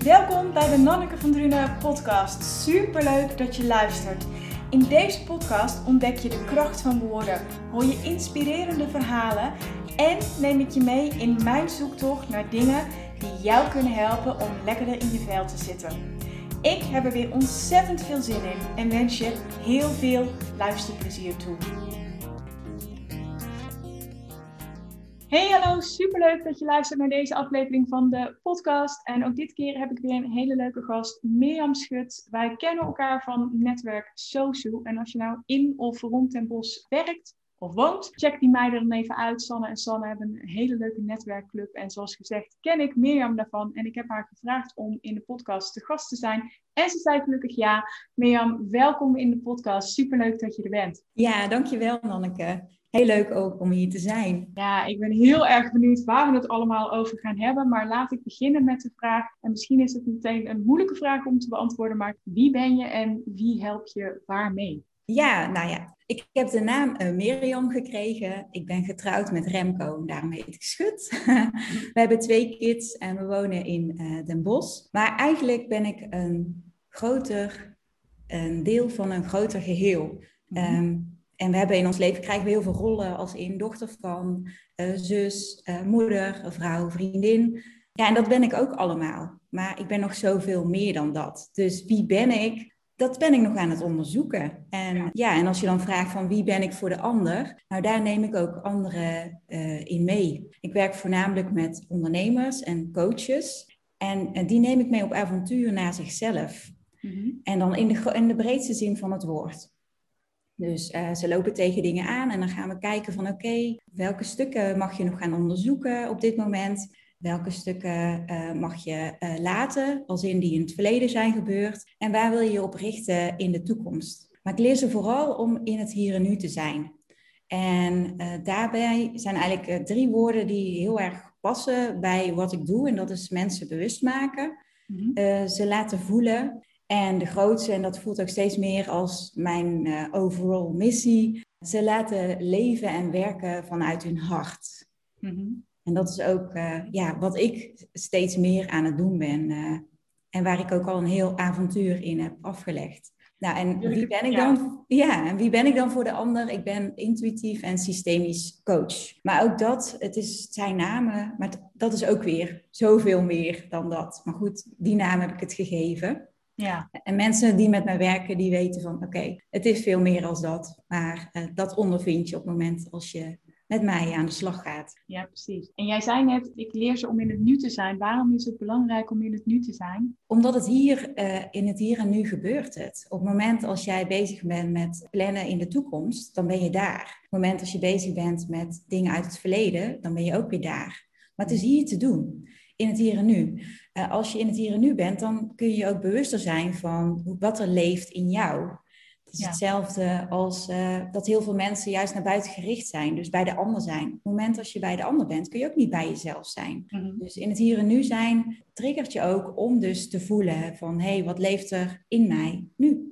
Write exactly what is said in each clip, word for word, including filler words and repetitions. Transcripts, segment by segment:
Welkom bij de Nanneke van Drunen podcast. Superleuk dat je luistert. In deze podcast ontdek je de kracht van woorden, hoor je inspirerende verhalen en neem ik je mee in mijn zoektocht naar dingen die jou kunnen helpen om lekkerder in je vel te zitten. Ik heb er weer ontzettend veel zin in en wens je heel veel luisterplezier toe. Hey hallo, superleuk dat je luistert naar deze aflevering van de podcast. En ook dit keer heb ik weer een hele leuke gast, Mirjam Schut. Wij kennen elkaar van netwerk SOSU. En als je nou in of rond Den Bosch werkt of woont, check die meiden dan even uit. Sanne en Sanne hebben een hele leuke netwerkclub. En zoals gezegd ken ik Mirjam daarvan. En ik heb haar gevraagd om in de podcast te gast te zijn. En ze zei gelukkig ja. Mirjam, welkom in de podcast. Superleuk dat je er bent. Ja, dankjewel Nanneke. Heel leuk ook om hier te zijn. Ja, ik ben heel erg benieuwd waar we het allemaal over gaan hebben. Maar laat ik beginnen met de vraag. En misschien is het meteen een moeilijke vraag om te beantwoorden. Maar wie ben je en wie help je waarmee? Ja, nou ja. Ik heb de naam uh, Mirjam gekregen. Ik ben getrouwd met Remco en daarom heet ik Schut. We hebben twee kids en we wonen in uh, Den Bosch. Maar eigenlijk ben ik een groter, een deel van een groter geheel. Mm-hmm. Um, En we hebben in ons leven krijgen we heel veel rollen als in dochter van, uh, zus, uh, moeder, vrouw, vriendin. Ja, en dat ben ik ook allemaal. Maar ik ben nog zoveel meer dan dat. Dus wie ben ik? Dat ben ik nog aan het onderzoeken. En ja, ja en als je dan vraagt van wie ben ik voor de ander? Nou, daar neem ik ook anderen uh, in mee. Ik werk voornamelijk met ondernemers en coaches. En, en die neem ik mee op avontuur naar zichzelf. Mm-hmm. En dan in de, in de breedste zin van het woord. Dus uh, ze lopen tegen dingen aan en dan gaan we kijken van oké, okay, welke stukken mag je nog gaan onderzoeken op dit moment? Welke stukken uh, mag je uh, laten, als in die in het verleden zijn gebeurd? En waar wil je je op richten in de toekomst? Maar ik leer ze vooral om in het hier en nu te zijn. En uh, daarbij zijn eigenlijk uh, drie woorden die heel erg passen bij wat ik doe. En dat is mensen bewust maken, mm-hmm. uh, ze laten voelen. En de grootste, en dat voelt ook steeds meer als mijn uh, overall missie, ze laten leven en werken vanuit hun hart. Mm-hmm. En dat is ook uh, ja, wat ik steeds meer aan het doen ben. Uh, en waar ik ook al een heel avontuur in heb afgelegd. Nou, en wie ben ik dan? Ja, en wie ben ik dan voor de ander? Ik ben intuïtief en systemisch coach. Maar ook dat, het, is, het zijn namen, maar t- dat is ook weer zoveel meer dan dat. Maar goed, die naam heb ik het gegeven. Ja. En mensen die met mij werken, die weten van oké, okay, het is veel meer als dat. Maar uh, dat ondervind je op het moment als je met mij aan de slag gaat. Ja, precies. En jij zei net, ik leer ze om in het nu te zijn. Waarom is het belangrijk om in het nu te zijn? Omdat het hier, uh, in het hier en nu gebeurt het. Op het moment als jij bezig bent met plannen in de toekomst, dan ben je daar. Op het moment als je bezig bent met dingen uit het verleden, dan ben je ook weer daar. Maar het is hier te doen. In het hier en nu. Uh, als je in het hier en nu bent, dan kun je je ook bewuster zijn van wat er leeft in jou. Het is ja. hetzelfde als uh, dat heel veel mensen juist naar buiten gericht zijn. Dus bij de ander zijn. Op het moment als je bij de ander bent, kun je ook niet bij jezelf zijn. Mm-hmm. Dus in het hier en nu zijn triggert je ook om dus te voelen van hé, hey, wat leeft er in mij nu?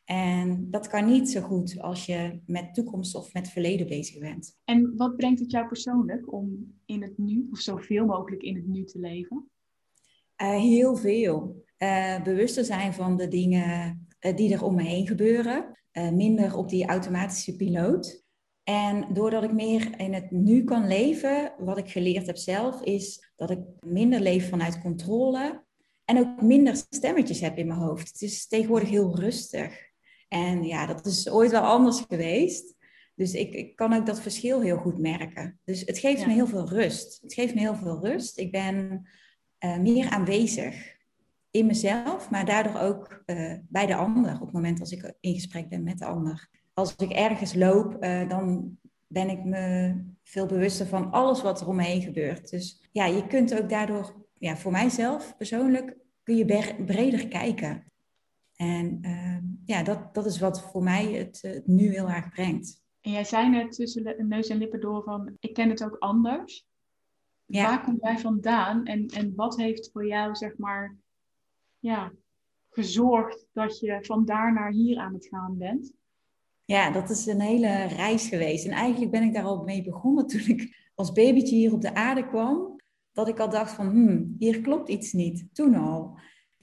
En dat kan niet zo goed als je met toekomst of met verleden bezig bent. En wat brengt het jou persoonlijk om in het nu, of zoveel mogelijk in het nu te leven? Uh, heel veel. Uh, bewuster zijn van de dingen uh, die er om me heen gebeuren. Uh, minder op die automatische piloot. En doordat ik meer in het nu kan leven, wat ik geleerd heb zelf, is dat ik minder leef vanuit controle. En ook minder stemmetjes heb in mijn hoofd. Het is tegenwoordig heel rustig. En ja, dat is ooit wel anders geweest. Dus ik, ik kan ook dat verschil heel goed merken. Dus het geeft ja. me heel veel rust. Het geeft me heel veel rust. Ik ben uh, meer aanwezig in mezelf, maar daardoor ook uh, bij de ander. Op het moment als ik in gesprek ben met de ander. Als ik ergens loop, uh, dan ben ik me veel bewuster van alles wat er om me heen gebeurt. Dus ja, je kunt ook daardoor, ja, voor mijzelf persoonlijk, kun je ber- breder kijken. En uh, ja, dat, dat is wat voor mij het, het nu heel erg brengt. En jij zei net tussen neus en lippen door van, ik ken het ook anders. Ja. Waar kom jij vandaan? En, en wat heeft voor jou, zeg maar, ja, gezorgd dat je van daar naar hier aan het gaan bent? Ja, dat is een hele reis geweest. En eigenlijk ben ik daar al mee begonnen toen ik als babytje hier op de aarde kwam. Dat ik al dacht van, hmm, hier klopt iets niet. Toen al.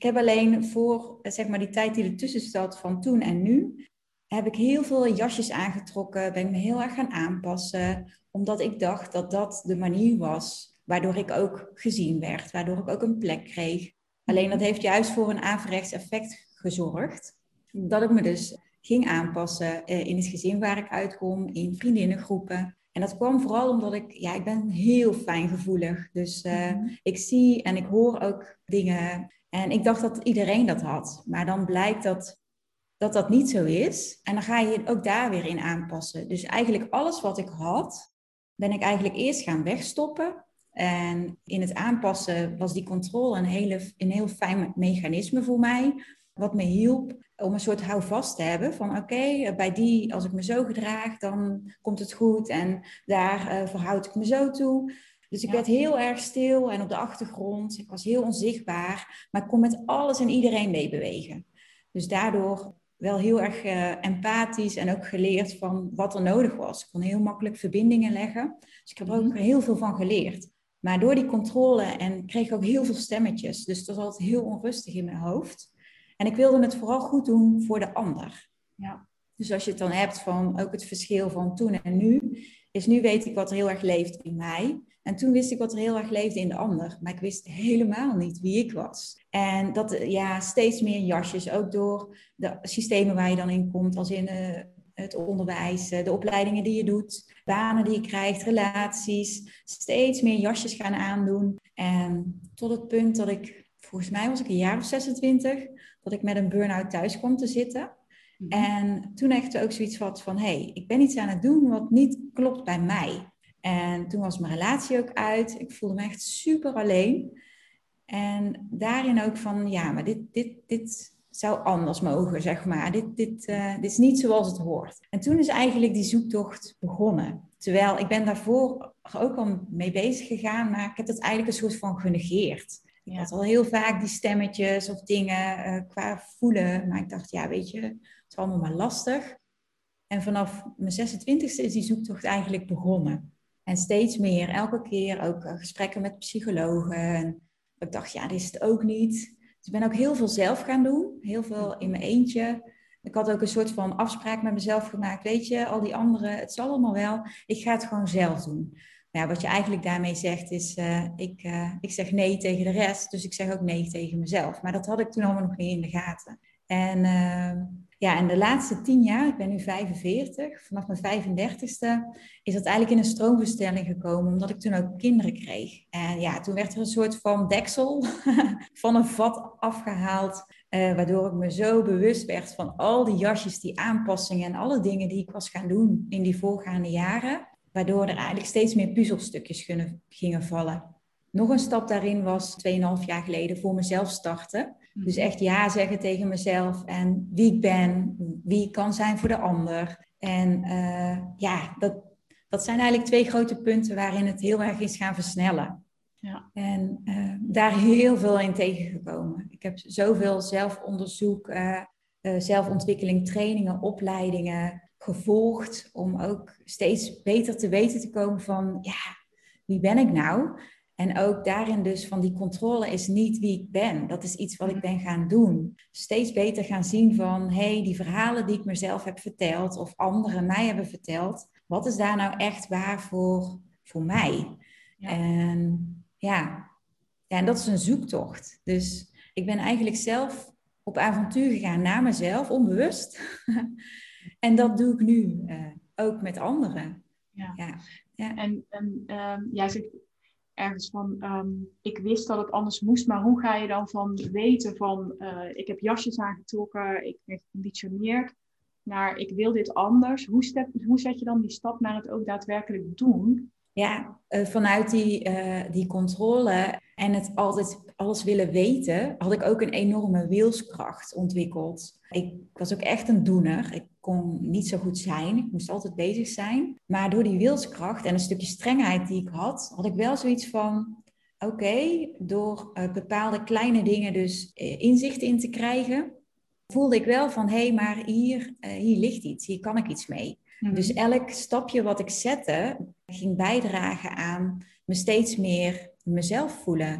Ik heb alleen voor, zeg maar, die tijd die ertussen zat van toen en nu, heb ik heel veel jasjes aangetrokken, ben ik me heel erg gaan aanpassen, omdat ik dacht dat dat de manier was waardoor ik ook gezien werd, waardoor ik ook een plek kreeg. Alleen dat heeft juist voor een averechts effect gezorgd, dat ik me dus ging aanpassen in het gezin waar ik uitkom, in vriendinnengroepen. En dat kwam vooral omdat ik, ja, ik ben heel fijngevoelig. Dus uh, mm-hmm. ik zie en ik hoor ook dingen. En ik dacht dat iedereen dat had. Maar dan blijkt dat dat, dat niet zo is. En dan ga je je ook daar weer in aanpassen. Dus eigenlijk alles wat ik had, ben ik eigenlijk eerst gaan wegstoppen. En in het aanpassen was die controle een, hele, een heel fijn mechanisme voor mij. Wat me hielp om een soort houvast te hebben van oké, okay, bij die, als ik me zo gedraag, dan komt het goed en daar uh, verhoud ik me zo toe. Dus ik ja. werd heel erg stil en op de achtergrond. Ik was heel onzichtbaar, maar ik kon met alles en iedereen meebewegen. Dus daardoor wel heel erg uh, empathisch en ook geleerd van wat er nodig was. Ik kon heel makkelijk verbindingen leggen. Dus ik heb er ook heel veel van geleerd. Maar door die controle en kreeg ik ook heel veel stemmetjes. Dus dat was altijd heel onrustig in mijn hoofd. En ik wilde het vooral goed doen voor de ander. Ja. Dus als je het dan hebt van ook het verschil van toen en nu, is nu weet ik wat er heel erg leeft in mij. En toen wist ik wat er heel erg leefde in de ander. Maar ik wist helemaal niet wie ik was. En dat, ja, steeds meer jasjes, ook door de systemen waar je dan in komt, als in uh, het onderwijs, uh, de opleidingen die je doet, banen die je krijgt, relaties. Steeds meer jasjes gaan aandoen. En tot het punt dat ik, volgens mij was ik een jaar of zesentwintig, dat ik met een burn-out thuis kwam te zitten. Mm-hmm. En toen echt ook zoiets had van, hé, hey, ik ben iets aan het doen wat niet klopt bij mij. En toen was mijn relatie ook uit. Ik voelde me echt super alleen. En daarin ook van, ja, maar dit, dit, dit zou anders mogen, zeg maar. Dit, dit, uh, dit is niet zoals het hoort. En toen is eigenlijk die zoektocht begonnen. Terwijl ik ben daarvoor ook al mee bezig gegaan, maar ik heb dat eigenlijk een soort van genegeerd. Ik had al heel vaak die stemmetjes of dingen uh, qua voelen. Maar ik dacht, ja, weet je, het is allemaal maar lastig. En vanaf mijn zesentwintigste is die zoektocht eigenlijk begonnen. En steeds meer, elke keer ook uh, gesprekken met psychologen. En ik dacht, ja, dit is het ook niet. Dus ik ben ook heel veel zelf gaan doen. Heel veel in mijn eentje. Ik had ook een soort van afspraak met mezelf gemaakt. Weet je, al die anderen, het zal allemaal wel. Ik ga het gewoon zelf doen. Ja, wat je eigenlijk daarmee zegt is, uh, ik, uh, ik zeg nee tegen de rest, dus ik zeg ook nee tegen mezelf. Maar dat had ik toen allemaal nog niet in de gaten. En uh, ja, en de laatste tien jaar, ik ben nu vijfenveertig, vanaf mijn vijfendertigste, is dat eigenlijk in een stroomversnelling gekomen, omdat ik toen ook kinderen kreeg. En ja, toen werd er een soort van deksel van een vat afgehaald, uh, waardoor ik me zo bewust werd van al die jasjes, die aanpassingen en alle dingen die ik was gaan doen in die voorgaande jaren. Waardoor er eigenlijk steeds meer puzzelstukjes gingen, gingen vallen. Nog een stap daarin was tweeënhalf jaar geleden voor mezelf starten. Dus echt ja zeggen tegen mezelf en wie ik ben, wie ik kan zijn voor de ander. En uh, ja, dat, dat zijn eigenlijk twee grote punten waarin het heel erg is gaan versnellen. Ja. En uh, daar heel veel in tegengekomen. Ik heb zoveel zelfonderzoek, uh, uh, zelfontwikkeling, trainingen, opleidingen gevolgd om ook steeds beter te weten te komen van, ja, wie ben ik nou? En ook daarin dus van die controle is niet wie ik ben. Dat is iets wat ik ben gaan doen. Steeds beter gaan zien van, hé, hey, die verhalen die ik mezelf heb verteld of anderen mij hebben verteld, wat is daar nou echt waar voor, voor mij? Ja. En ja. ja, en dat is een zoektocht. Dus ik ben eigenlijk zelf op avontuur gegaan naar mezelf, onbewust. En dat doe ik nu uh, ook met anderen. Ja. Ja. Ja. En, en um, jij zegt ergens van, um, ik wist dat het anders moest, maar hoe ga je dan van weten van, uh, ik heb jasjes aangetrokken, ik ben geconditioneerd, naar ik wil dit anders. Hoe, step, hoe zet je dan die stap naar het ook daadwerkelijk doen? Ja, uh, vanuit die, uh, die controle en het altijd alles willen weten, had ik ook een enorme wilskracht ontwikkeld. Ik was ook echt een doener. Ik kon niet zo goed zijn. Ik moest altijd bezig zijn. Maar door die wilskracht en een stukje strengheid die ik had, had ik wel zoiets van, oké, okay, door uh, bepaalde kleine dingen dus uh, inzicht in te krijgen, voelde ik wel van, hé, hey, maar hier, uh, hier ligt iets, hier kan ik iets mee. Mm-hmm. Dus elk stapje wat ik zette, ging bijdragen aan me steeds meer mezelf voelen.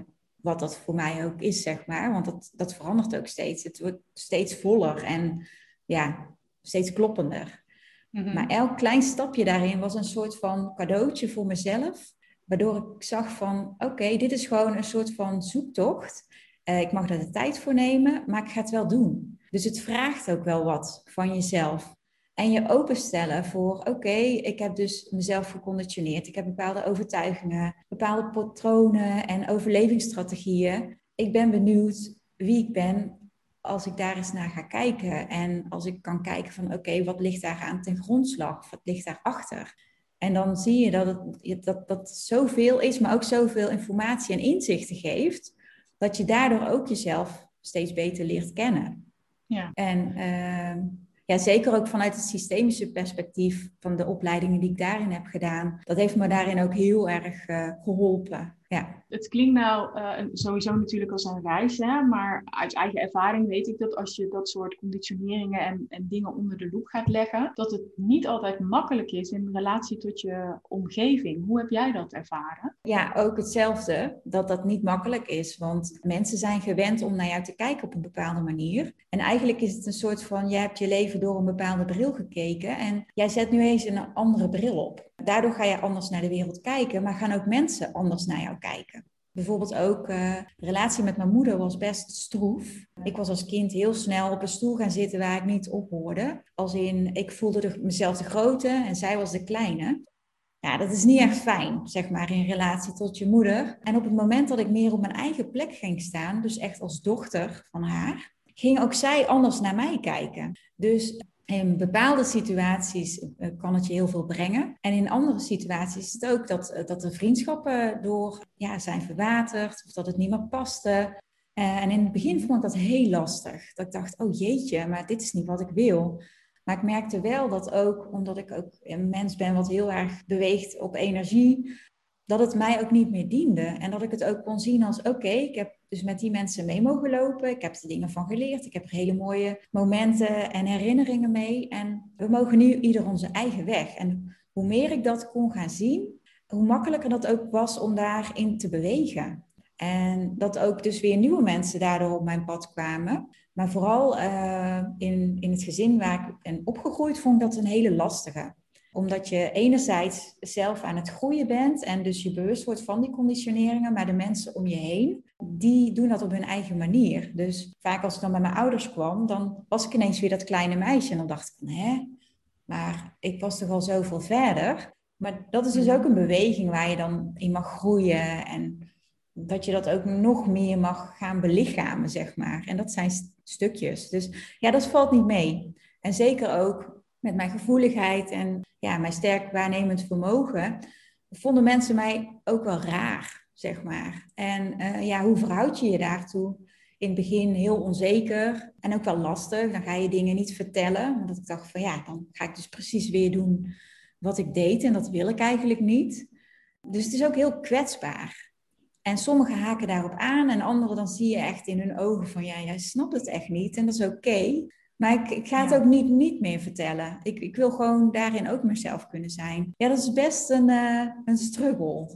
wat dat voor mij ook is, zeg maar. Want dat, dat verandert ook steeds. Het wordt steeds voller en ja, steeds kloppender. Mm-hmm. Maar elk klein stapje daarin was een soort van cadeautje voor mezelf. Waardoor ik zag van, oké, okay, dit is gewoon een soort van zoektocht. Uh, ik mag er de tijd voor nemen, maar ik ga het wel doen. Dus het vraagt ook wel wat van jezelf. En je openstellen voor, oké, okay, ik heb dus mezelf geconditioneerd. Ik heb bepaalde overtuigingen, bepaalde patronen en overlevingsstrategieën. Ik ben benieuwd wie ik ben als ik daar eens naar ga kijken. En als ik kan kijken van, oké, okay, wat ligt daar aan ten grondslag? Wat ligt daarachter? En dan zie je dat het dat, dat zoveel is, maar ook zoveel informatie en inzichten geeft, dat je daardoor ook jezelf steeds beter leert kennen. Ja. En uh, ja, zeker ook vanuit het systemische perspectief van de opleidingen die ik daarin heb gedaan. Dat heeft me daarin ook heel erg uh, geholpen. Ja. Het klinkt nou uh, sowieso natuurlijk als een reis, hè? Maar uit eigen ervaring weet ik dat als je dat soort conditioneringen en, en dingen onder de loep gaat leggen, dat het niet altijd makkelijk is in relatie tot je omgeving. Hoe heb jij dat ervaren? Ja, ook hetzelfde, dat dat niet makkelijk is. Want mensen zijn gewend om naar jou te kijken op een bepaalde manier. En eigenlijk is het een soort van, jij hebt je leven door een bepaalde bril gekeken en jij zet nu eens een andere bril op. Daardoor ga je anders naar de wereld kijken, maar gaan ook mensen anders naar jou kijken. Bijvoorbeeld ook, uh, de relatie met mijn moeder was best stroef. Ik was als kind heel snel op een stoel gaan zitten waar ik niet op hoorde. Als in, ik voelde de, mezelf de grote en zij was de kleine. Ja, dat is niet echt fijn, zeg maar, in relatie tot je moeder. En op het moment dat ik meer op mijn eigen plek ging staan, dus echt als dochter van haar, ging ook zij anders naar mij kijken. Dus in bepaalde situaties kan het je heel veel brengen. En in andere situaties is het ook dat, dat de vriendschappen door ja, zijn verwaterd of dat het niet meer paste. Uh, en in het begin vond ik dat heel lastig. Dat ik dacht, oh jeetje, maar dit is niet wat ik wil. Maar ik merkte wel dat ook, omdat ik ook een mens ben wat heel erg beweegt op energie, dat het mij ook niet meer diende. En dat ik het ook kon zien als, oké, okay, ik heb dus met die mensen mee mogen lopen. Ik heb er dingen van geleerd. Ik heb er hele mooie momenten en herinneringen mee. En we mogen nu ieder onze eigen weg. En hoe meer ik dat kon gaan zien, hoe makkelijker dat ook was om daarin te bewegen. En dat ook dus weer nieuwe mensen daardoor op mijn pad kwamen. Maar vooral uh, in, in het gezin waar ik ben opgegroeid, vond ik dat een hele lastige. Omdat je enerzijds zelf aan het groeien bent en dus je bewust wordt van die conditioneringen, maar de mensen om je heen, die doen dat op hun eigen manier. Dus vaak als ik dan bij mijn ouders kwam, dan was ik ineens weer dat kleine meisje. En dan dacht ik van, hè, maar ik was toch al zoveel verder. Maar dat is dus ook een beweging waar je dan in mag groeien en dat je dat ook nog meer mag gaan belichamen, zeg maar. En dat zijn st- stukjes. Dus ja, dat valt niet mee. En zeker ook met mijn gevoeligheid en ja, mijn sterk waarnemend vermogen, vonden mensen mij ook wel raar, zeg maar. En uh, ja, hoe verhoud je je daartoe? In het begin heel onzeker en ook wel lastig. Dan ga je dingen niet vertellen. Want ik dacht van ja, dan ga ik dus precies weer doen wat ik deed. En dat wil ik eigenlijk niet. Dus het is ook heel kwetsbaar. En sommigen haken daarop aan en anderen dan zie je echt in hun ogen van ja, jij snapt het echt niet en dat is oké. Okay. Maar ik, ik ga het ja. ook niet, niet meer vertellen. Ik, ik wil gewoon daarin ook mezelf kunnen zijn. Ja, dat is best een, uh, een struggle.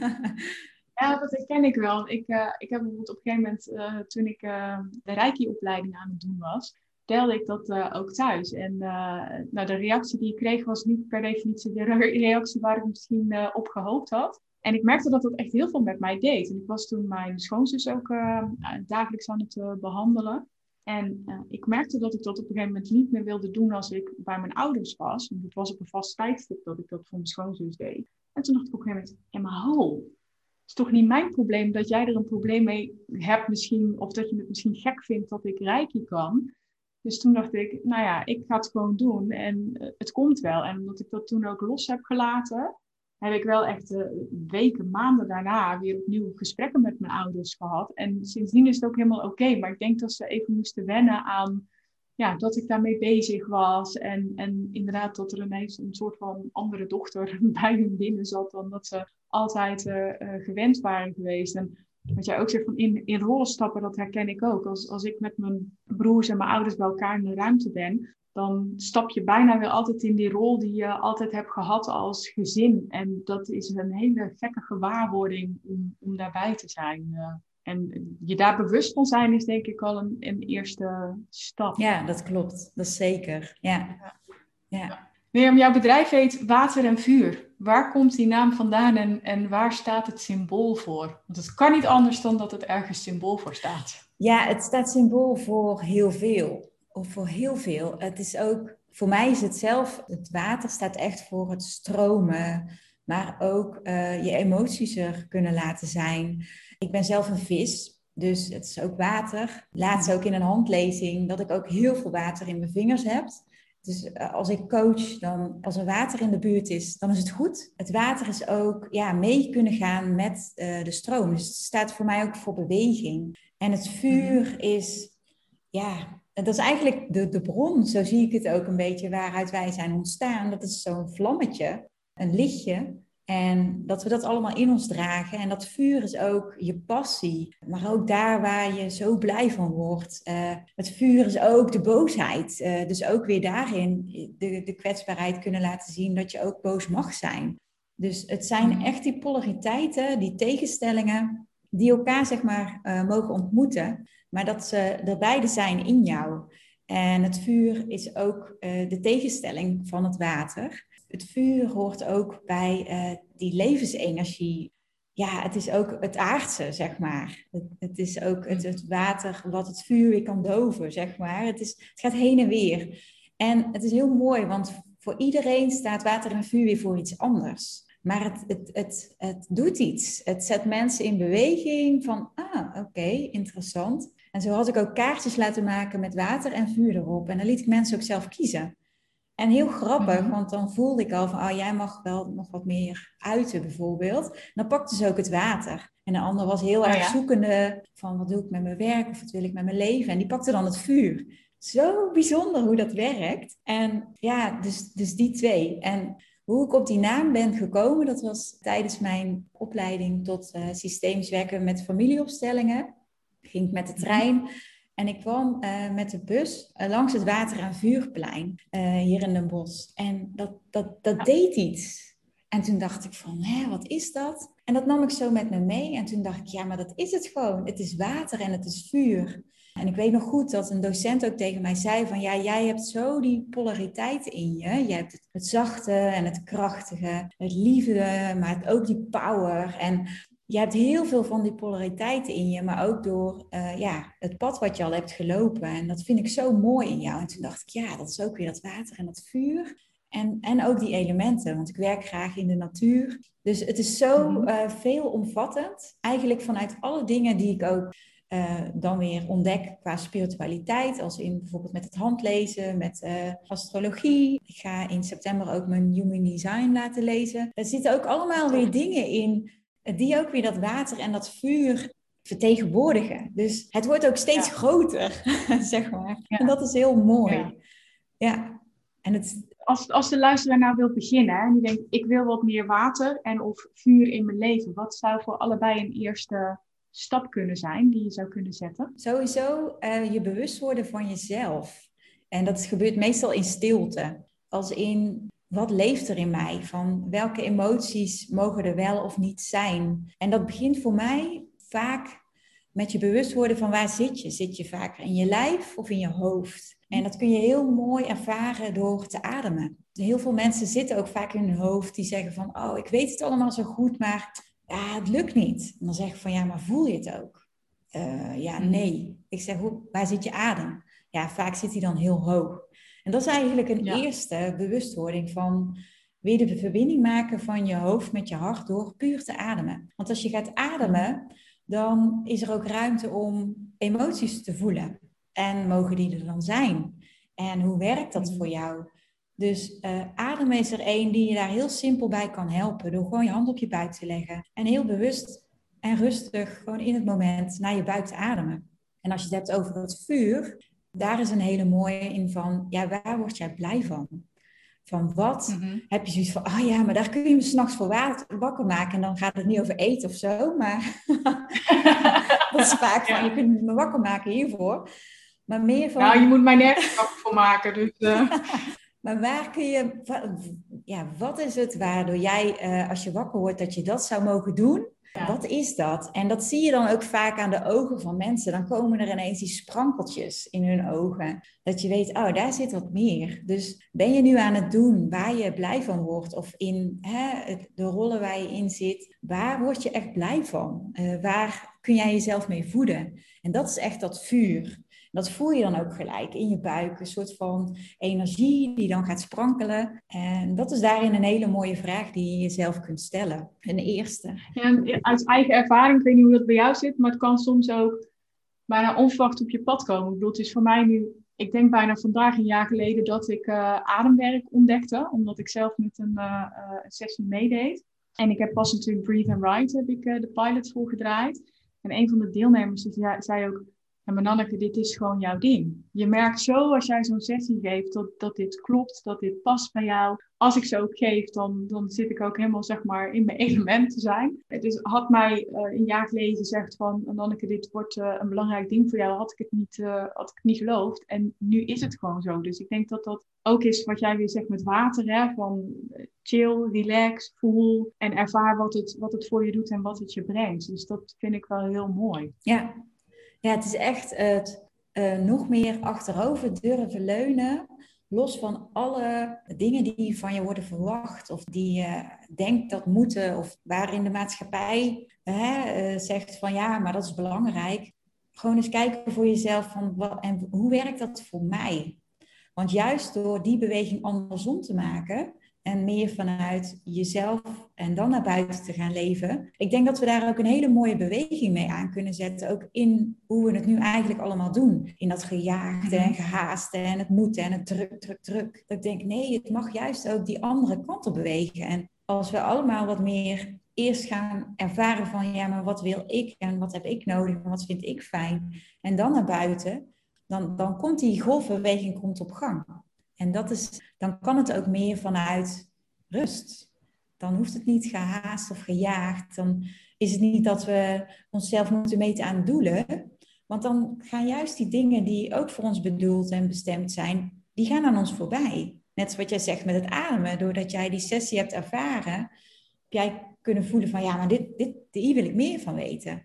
Ja, dat herken ik wel. Ik, uh, ik heb bijvoorbeeld op een gegeven moment, uh, toen ik uh, de Reiki-opleiding aan het doen was, vertelde ik dat uh, ook thuis. En uh, nou, de reactie die ik kreeg was niet per definitie de reactie waar ik misschien uh, op gehoopt had. En ik merkte dat dat echt heel veel met mij deed. En ik was toen mijn schoonzus ook uh, dagelijks aan het uh, behandelen. En uh, ik merkte dat ik dat op een gegeven moment niet meer wilde doen als ik bij mijn ouders was. Want het was op een vast tijdstip dat ik dat voor mijn schoonzus deed. En toen dacht ik op een gegeven moment, ja maar ho, het is toch niet mijn probleem dat jij er een probleem mee hebt misschien. Of dat je het misschien gek vindt dat ik reiki kan. Dus toen dacht ik, nou ja, ik ga het gewoon doen. En uh, het komt wel. En omdat ik dat toen ook los heb gelaten, heb ik wel echt uh, weken, maanden daarna weer opnieuw gesprekken met mijn ouders gehad. En sindsdien is het ook helemaal oké. Okay, maar ik denk dat ze even moesten wennen aan ja, dat ik daarmee bezig was. En, en inderdaad dat er ineens een soort van andere dochter bij hun binnen zat dan dat ze altijd uh, uh, gewend waren geweest. En wat jij ook zegt van in, in rollen stappen, dat herken ik ook. Als, als ik met mijn broers en mijn ouders bij elkaar in de ruimte ben, dan stap je bijna weer altijd in die rol die je altijd hebt gehad als gezin. En dat is een hele gekke gewaarwording om, om daarbij te zijn. Uh, En je daar bewust van zijn is denk ik al een, een eerste stap. Ja, dat klopt. Dat is zeker. Ja. Ja. Mirjam, jouw bedrijf heet Water en Vuur. Waar komt die naam vandaan en, en waar staat het symbool voor? Want het kan niet anders dan dat het ergens symbool voor staat. Ja, het staat symbool voor heel veel. Of voor heel veel. Het is ook, voor mij is het zelf, het water staat echt voor het stromen. Maar ook uh, je emoties er kunnen laten zijn. Ik ben zelf een vis, dus het is ook water. Laatst ook in een handlezing dat ik ook heel veel water in mijn vingers heb. Dus als ik coach, dan, als er water in de buurt is, dan is het goed. Het water is ook ja, mee kunnen gaan met uh, de stroom. Dus het staat voor mij ook voor beweging. En het vuur is, ja, dat is eigenlijk de, de bron. Zo zie ik het ook een beetje waaruit wij zijn ontstaan. Dat is zo'n vlammetje, een lichtje. En dat we dat allemaal in ons dragen. En dat vuur is ook je passie. Maar ook daar waar je zo blij van wordt. Uh, het vuur is ook de boosheid. Uh, dus ook weer daarin de, de kwetsbaarheid kunnen laten zien dat je ook boos mag zijn. Dus het zijn echt die polariteiten, die tegenstellingen, die elkaar zeg maar uh, mogen ontmoeten. Maar dat ze er beide zijn in jou. En het vuur is ook uh, de tegenstelling van het water. Het vuur hoort ook bij uh, die levensenergie. Ja, het is ook het aardse, zeg maar. Het, het is ook het, het water wat het vuur weer kan doven, zeg maar. Het, is, het gaat heen en weer. En het is heel mooi, want voor iedereen staat water en vuur weer voor iets anders. Maar het, het, het, het doet iets. Het zet mensen in beweging van, ah, oké, okay, interessant. En zo had ik ook kaartjes laten maken met water en vuur erop. En dan liet ik mensen ook zelf kiezen. En heel grappig, mm-hmm. want dan voelde ik al van, oh, jij mag wel nog wat meer uiten bijvoorbeeld. En dan pakte ze ook het water. En de ander was heel oh, erg ja? zoekende van, wat doe ik met mijn werk of wat wil ik met mijn leven? En die pakte dan het vuur. Zo bijzonder hoe dat werkt. En ja, dus, dus die twee. En hoe ik op die naam ben gekomen, dat was tijdens mijn opleiding tot uh, systemisch werken met familieopstellingen. Ging ik met de trein. En ik kwam uh, met de bus uh, langs het Water- en Vuurplein uh, hier in Den Bosch. En dat, dat, dat deed iets. En toen dacht ik van, hé, wat is dat? En dat nam ik zo met me mee. En toen dacht ik, ja, maar dat is het gewoon. Het is water en het is vuur. En ik weet nog goed dat een docent ook tegen mij zei van, ja, jij hebt zo die polariteiten in je. Je hebt het, het zachte en het krachtige, het liefde, maar ook die power. En je hebt heel veel van die polariteiten in je, maar ook door uh, ja, het pad wat je al hebt gelopen. En dat vind ik zo mooi in jou. En toen dacht ik, ja, dat is ook weer dat water en dat vuur. En, en ook die elementen, want ik werk graag in de natuur. Dus het is zo uh, veelomvattend. Eigenlijk vanuit alle dingen die ik ook uh, dan weer ontdek qua spiritualiteit. Als in bijvoorbeeld met het handlezen, met uh, astrologie. Ik ga in september ook mijn Human Design laten lezen. Er zitten ook allemaal weer dingen in die ook weer dat water en dat vuur vertegenwoordigen. Dus het wordt ook steeds ja. groter, zeg maar. Ja. En dat is heel mooi. Ja. ja. En het... als, als de luisteraar nou wil beginnen en die denkt, ik wil wat meer water en of vuur in mijn leven. Wat zou voor allebei een eerste stap kunnen zijn die je zou kunnen zetten? Sowieso uh, je bewust worden van jezelf. En dat gebeurt meestal in stilte. Als in... Wat leeft er in mij? Van welke emoties mogen er wel of niet zijn? En dat begint voor mij vaak met je bewust worden van waar zit je? Zit je vaker in je lijf of in je hoofd? En dat kun je heel mooi ervaren door te ademen. Heel veel mensen zitten ook vaak in hun hoofd die zeggen van, oh, ik weet het allemaal zo goed, maar ja, het lukt niet. En dan zeg ik van, ja, maar voel je het ook? Uh, ja, nee. Ik zeg, hoe, waar zit je adem? Ja, vaak zit hij dan heel hoog. En dat is eigenlijk een ja. eerste bewustwording van weer de verbinding maken van je hoofd met je hart door puur te ademen. Want als je gaat ademen, dan is er ook ruimte om emoties te voelen. En mogen die er dan zijn? En hoe werkt dat voor jou? Dus uh, ademen is er één die je daar heel simpel bij kan helpen. Door gewoon je hand op je buik te leggen. En heel bewust en rustig gewoon in het moment naar je buik te ademen. En als je het hebt over het vuur... Daar is een hele mooie in van, ja, waar word jij blij van? Van wat mm-hmm. heb je zoiets van, oh ja, maar daar kun je me 's nachts voor wakker maken. En dan gaat het niet over eten of zo, maar dat is vaak van, ja. je kunt me wakker maken hiervoor. Maar meer van... Nou, je moet mij nergens wakker voor maken, dus... Uh... maar waar kun je, ja, wat is het waardoor jij, uh, als je wakker wordt, dat je dat zou mogen doen? Ja. Wat is dat? En dat zie je dan ook vaak aan de ogen van mensen. Dan komen er ineens die sprankeltjes in hun ogen. Dat je weet, oh, daar zit wat meer. Dus ben je nu aan het doen waar je blij van wordt? Of in hè, de rollen waar je in zit. Waar word je echt blij van? Uh, waar kun jij jezelf mee voeden? En dat is echt dat vuur. Dat voel je dan ook gelijk in je buik. Een soort van energie die dan gaat sprankelen. En dat is daarin een hele mooie vraag die je jezelf kunt stellen. Een eerste. Ja, uit eigen ervaring, ik weet niet hoe dat bij jou zit, maar het kan soms ook bijna onverwacht op je pad komen. Ik bedoel, het is voor mij nu, ik denk bijna vandaag een jaar geleden dat ik uh, ademwerk ontdekte. Omdat ik zelf met een, uh, uh, een sessie meedeed. En ik heb pas natuurlijk Breathe and Write, heb ik uh, de pilot voor gedraaid. En een van de deelnemers die zei, zei ook, ja, maar Nanneke, dit is gewoon jouw ding. Je merkt zo als jij zo'n sessie geeft dat, dat dit klopt, dat dit past bij jou. Als ik ze ook geef, dan, dan zit ik ook helemaal zeg maar in mijn element te zijn. Dus had mij uh, een jaar geleden gezegd van Nanneke, dit wordt uh, een belangrijk ding voor jou, had ik het niet, uh, had ik het niet geloofd. En nu is het gewoon zo. Dus ik denk dat dat ook is wat jij weer zegt met water. Hè? Van chill, relax, voel en ervaar wat het, wat het voor je doet en wat het je brengt. Dus dat vind ik wel heel mooi. Ja. Ja, het is echt het uh, nog meer achterover durven leunen. Los van alle dingen die van je worden verwacht. Of die je denkt dat moeten. Of waarin de maatschappij uh, uh, zegt van ja, maar dat is belangrijk. Gewoon eens kijken voor jezelf van wat, en hoe werkt dat voor mij? Want juist door die beweging andersom te maken. En meer vanuit jezelf en dan naar buiten te gaan leven. Ik denk dat we daar ook een hele mooie beweging mee aan kunnen zetten. Ook in hoe we het nu eigenlijk allemaal doen. In dat gejaagde en gehaaste en het moeten en het druk, druk, druk. Dat ik denk, nee, het mag juist ook die andere kant op bewegen. En als we allemaal wat meer eerst gaan ervaren van... ja, maar wat wil ik en wat heb ik nodig en wat vind ik fijn? En dan naar buiten, dan, dan komt die golfbeweging komt op gang. En dat is, dan kan het ook meer vanuit rust. Dan hoeft het niet gehaast of gejaagd. Dan is het niet dat we onszelf moeten meten aan doelen. Want dan gaan juist die dingen die ook voor ons bedoeld en bestemd zijn, die gaan aan ons voorbij. Net wat jij zegt met het ademen. Doordat jij die sessie hebt ervaren, heb jij kunnen voelen van ja, maar dit, dit, hier wil ik meer van weten.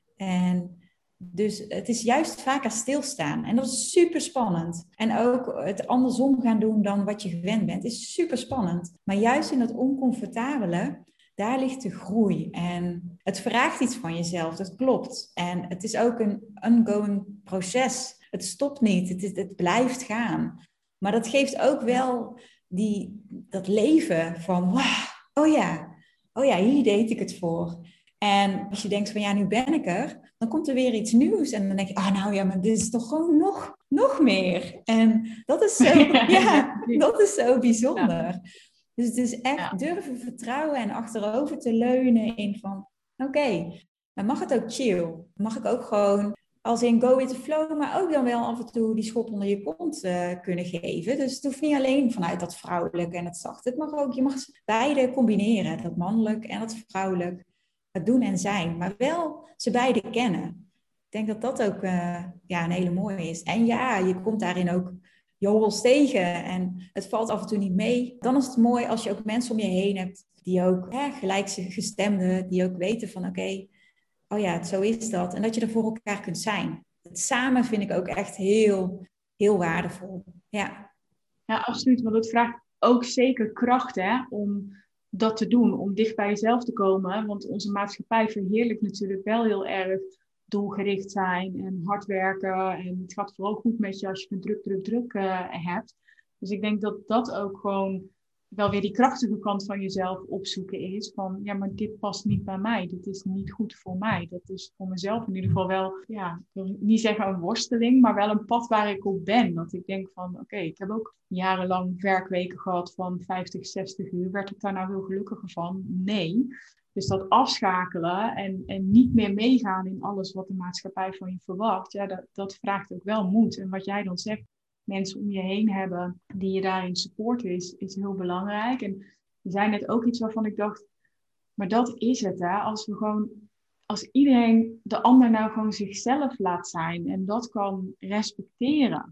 En... Dus het is juist vaker stilstaan. En dat is super spannend. En ook het andersom gaan doen dan wat je gewend bent, is super spannend. Maar juist in dat oncomfortabele, daar ligt de groei. En het vraagt iets van jezelf, dat klopt. En het is ook een ongoing proces. Het stopt niet, het, is, het blijft gaan. Maar dat geeft ook wel die, dat leven van, wow, oh ja, oh ja, hier deed ik het voor. En als je denkt van ja, nu ben ik er, dan komt er weer iets nieuws. En dan denk je, ah nou ja, maar dit is toch gewoon nog, nog meer. En dat is zo, ja, dat is zo bijzonder. Ja. Dus het is echt ja. durven vertrouwen en achterover te leunen in van, oké, okay, dan mag het ook chill. Mag ik ook gewoon als in go with the flow, maar ook dan wel af en toe die schop onder je kont uh, kunnen geven. Dus het hoeft niet alleen vanuit dat vrouwelijke en het zachte. Het mag ook, je mag beide combineren, dat mannelijk en dat vrouwelijk. Het doen en zijn, maar wel ze beide kennen. Ik denk dat dat ook uh, ja, een hele mooie is. En ja, je komt daarin ook je hobbels tegen en het valt af en toe niet mee. Dan is het mooi als je ook mensen om je heen hebt die ook hè, gelijkgestemden, die ook weten van oké, okay, oh ja, zo is dat. En dat je er voor elkaar kunt zijn. Het samen vind ik ook echt heel, heel waardevol. Ja, ja absoluut, want het vraagt ook zeker kracht hè, om... dat te doen, om dicht bij jezelf te komen. Want onze maatschappij verheerlijkt natuurlijk wel heel erg doelgericht zijn en hard werken. En het gaat vooral goed met je als je een druk, druk, druk uh, hebt. Dus ik denk dat dat ook gewoon wel weer die krachtige kant van jezelf opzoeken is. Van, ja, maar dit past niet bij mij. Dit is niet goed voor mij. Dat is voor mezelf in ieder geval wel, ja, ik wil niet zeggen een worsteling, maar wel een pad waar ik op ben. Dat ik denk van, oké, okay, ik heb ook jarenlang werkweken gehad van vijftig, zestig uur. Werd ik daar nou heel gelukkiger van? Nee. Dus dat afschakelen en, en niet meer meegaan in alles wat de maatschappij van je verwacht, ja, dat, dat vraagt ook wel moed. En wat jij dan zegt, mensen om je heen hebben die je daarin supporten is, is heel belangrijk. En je zei net ook iets waarvan ik dacht, maar dat is het hè. Als we gewoon, als iedereen de ander nou gewoon zichzelf laat zijn en dat kan respecteren,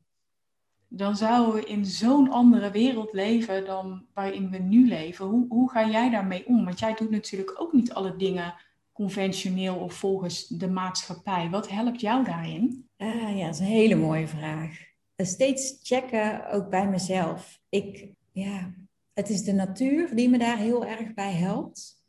dan zouden we in zo'n andere wereld leven dan waarin we nu leven. Hoe, hoe ga jij daarmee om? Want jij doet natuurlijk ook niet alle dingen conventioneel of volgens de maatschappij? Wat helpt jou daarin? Uh, ja, dat is een hele mooie vraag. Steeds checken, ook bij mezelf. Ik, ja, het is de natuur die me daar heel erg bij helpt.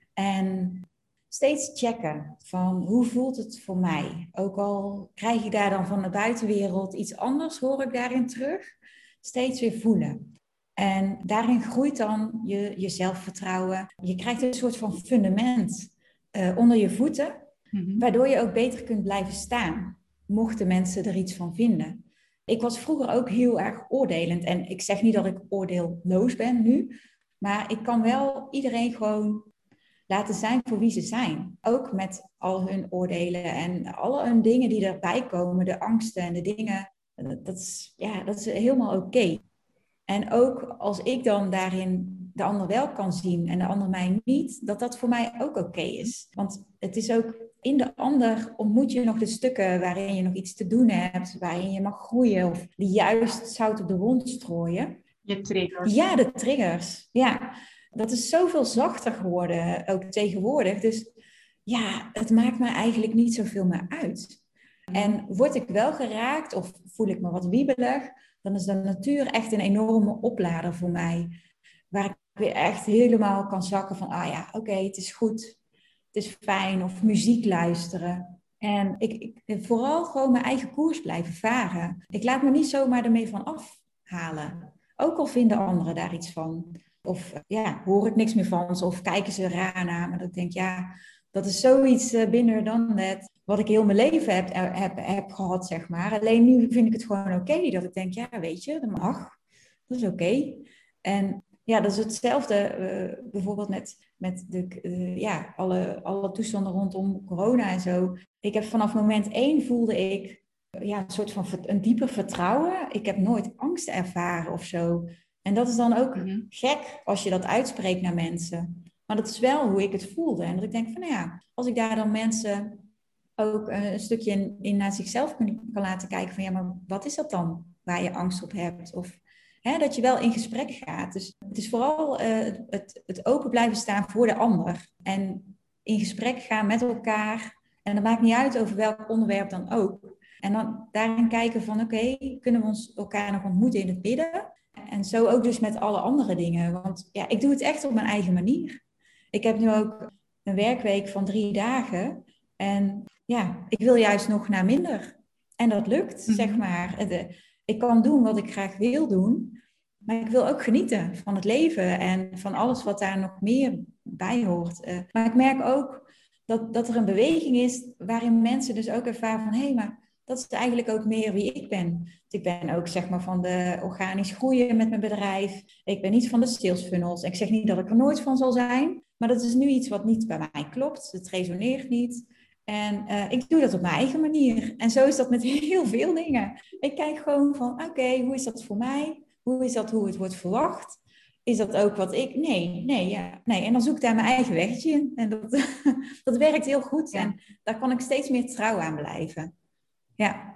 En steeds checken van hoe voelt het voor mij? Ook al krijg ik daar dan van de buitenwereld iets anders, hoor ik daarin terug. Steeds weer voelen. En daarin groeit dan je, je zelfvertrouwen. Je krijgt een soort van fundament uh, onder je voeten, mm-hmm. waardoor je ook beter kunt blijven staan, mochten mensen er iets van vinden. Ik was vroeger ook heel erg oordelend. En ik zeg niet dat ik oordeelloos ben nu, maar ik kan wel iedereen gewoon laten zijn voor wie ze zijn. Ook met al hun oordelen en alle hun dingen die erbij komen, de angsten en de dingen. Dat is, ja, dat is helemaal oké. Okay. En ook als ik dan daarin de ander wel kan zien en de ander mij niet, dat dat voor mij ook oké okay is. Want het is ook in de ander ontmoet je nog de stukken waarin je nog iets te doen hebt, waarin je mag groeien of die juist zout op de wond strooien. Je triggers. Ja, de triggers. Ja, dat is zoveel zachter geworden, ook tegenwoordig. Dus ja, het maakt me eigenlijk niet zoveel meer uit. En word ik wel geraakt of voel ik me wat wiebelig, dan is de natuur echt een enorme oplader voor mij. Waar ik weer echt helemaal kan zakken van, ah ja, oké, okay, het is goed. Het is fijn. Of muziek luisteren. En ik, ik vooral gewoon mijn eigen koers blijven varen. Ik laat me niet zomaar ermee van afhalen. Ook al vinden anderen daar iets van. Of ja, hoor ik niks meer van ze. Of kijken ze raar naar me. Dat ik denk, ja, dat is zoiets binnen dan net. Wat ik heel mijn leven heb, heb, heb gehad, zeg maar. Alleen nu vind ik het gewoon oké. Okay, dat ik denk, ja, weet je, dat mag. Dat is oké. Okay. En ja, dat is hetzelfde uh, bijvoorbeeld met, met de, uh, ja, alle, alle toestanden rondom corona en zo. Ik heb vanaf moment één voelde ik uh, ja, een soort van een dieper vertrouwen. Ik heb nooit angst ervaren of zo. En dat is dan ook mm-hmm. gek als je dat uitspreekt naar mensen. Maar dat is wel hoe ik het voelde. En dat ik denk van, nou ja, als ik daar dan mensen ook een stukje in, in naar zichzelf kan, kan laten kijken van, ja, maar wat is dat dan waar je angst op hebt? Of hè, dat je wel in gesprek gaat. Dus het is vooral uh, het, het open blijven staan voor de ander. En in gesprek gaan met elkaar. En dat maakt niet uit over welk onderwerp dan ook. En dan daarin kijken van, oké, okay, kunnen we ons elkaar nog ontmoeten in het midden? En zo ook dus met alle andere dingen. Want ja, ik doe het echt op mijn eigen manier. Ik heb nu ook een werkweek van drie dagen. En ja, ik wil juist nog naar minder. En dat lukt, mm-hmm. zeg maar. Ik kan doen wat ik graag wil doen. Maar ik wil ook genieten van het leven. En van alles wat daar nog meer bij hoort. Maar ik merk ook dat, dat er een beweging is waarin mensen dus ook ervaren van, hé, hey, maar dat is eigenlijk ook meer wie ik ben. Dus ik ben ook zeg maar van de organisch groeien met mijn bedrijf. Ik ben niet van de sales funnels. Ik zeg niet dat ik er nooit van zal zijn. Maar dat is nu iets wat niet bij mij klopt. Het resoneert niet. En uh, ik doe dat op mijn eigen manier. En zo is dat met heel veel dingen. Ik kijk gewoon van, oké, okay, hoe is dat voor mij? Hoe is dat hoe het wordt verwacht? Is dat ook wat ik... Nee, nee, ja, nee. En dan zoek ik daar mijn eigen wegje in. En dat, dat werkt heel goed. Ja. En daar kan ik steeds meer trouw aan blijven. Ja.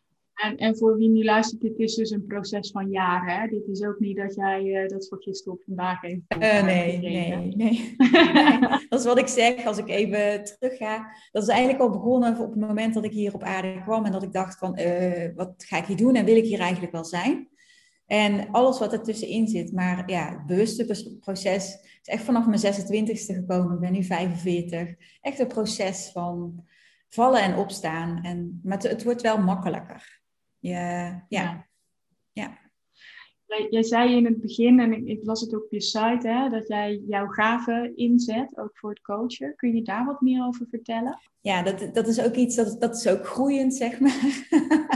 En, en voor wie nu luistert, dit is dus een proces van jaren. Hè? Dit is ook niet dat jij uh, dat voor gisteren op vandaag even... Uh, nee, nee, nee, nee. Dat is wat ik zeg als ik even terug ga. Dat is eigenlijk al begonnen op het moment dat ik hier op aarde kwam. En dat ik dacht van, uh, wat ga ik hier doen? En wil ik hier eigenlijk wel zijn? En alles wat er tussenin zit. Maar ja, het bewuste proces is echt vanaf mijn zesentwintigste gekomen. Ik ben nu vijfenveertig. Echt een proces van vallen en opstaan. En, maar het, het wordt wel makkelijker. Ja, ja, ja. Jij, jij zei in het begin, en ik, ik las het ook op je site, hè, dat jij jouw gaven inzet, ook voor het coachen. Kun je daar wat meer over vertellen? Ja, dat, dat is ook iets, dat, dat is ook groeiend, zeg maar.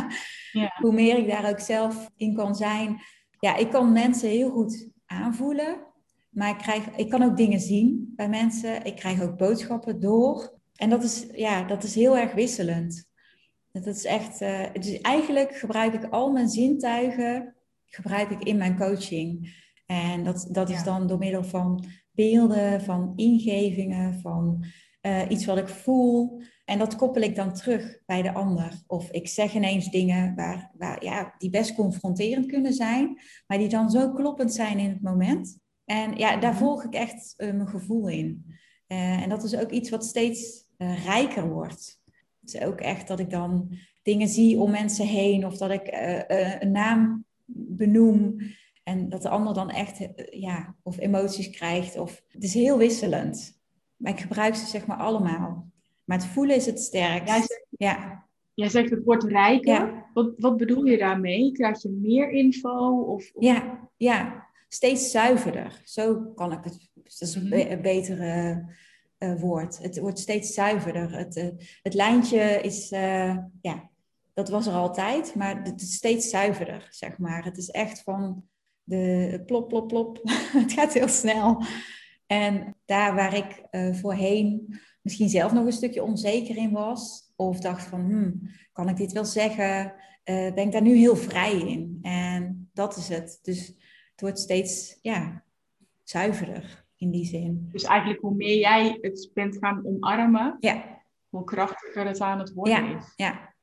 Ja. Hoe meer ik daar ook zelf in kan zijn. Ja, ik kan mensen heel goed aanvoelen, maar ik, krijg, ik kan ook dingen zien bij mensen. Ik krijg ook boodschappen door. En dat is, ja, dat is heel erg wisselend. Dat is echt, uh, dus eigenlijk gebruik ik al mijn zintuigen gebruik ik in mijn coaching. En dat, dat is ja. dan door middel van beelden, van ingevingen, van uh, iets wat ik voel. En dat koppel ik dan terug bij de ander. Of ik zeg ineens dingen waar, waar, ja, die best confronterend kunnen zijn, maar die dan zo kloppend zijn in het moment. En ja, daar volg ik echt uh, mijn gevoel in. Uh, en dat is ook iets wat steeds uh, rijker wordt. Het is ook echt dat ik dan dingen zie om mensen heen of dat ik uh, uh, een naam benoem en dat de ander dan echt uh, ja, of emoties krijgt. Of, het is heel wisselend. Maar ik gebruik ze zeg maar allemaal. Maar het voelen is het sterkst. Jij zegt, ja. jij zegt het wordt rijker. Ja. Wat, wat bedoel je daarmee? Krijg je meer info? Of, of... Ja, ja, steeds zuiverder. Zo kan ik het. Dat is een, be- een betere uh, woord. Het wordt steeds zuiverder. Het, uh, het lijntje is, uh, ja, dat was er altijd, maar het is steeds zuiverder, zeg maar. Het is echt van de plop, plop, plop. Het gaat heel snel. En daar waar ik uh, voorheen misschien zelf nog een stukje onzeker in was, of dacht van, hmm, kan ik dit wel zeggen? Uh, ben ik daar nu heel vrij in? En dat is het. Dus het wordt steeds, ja, zuiverder in die zin. Dus eigenlijk hoe meer jij het bent gaan omarmen, ja. hoe krachtiger het aan het worden ja. is. Ja.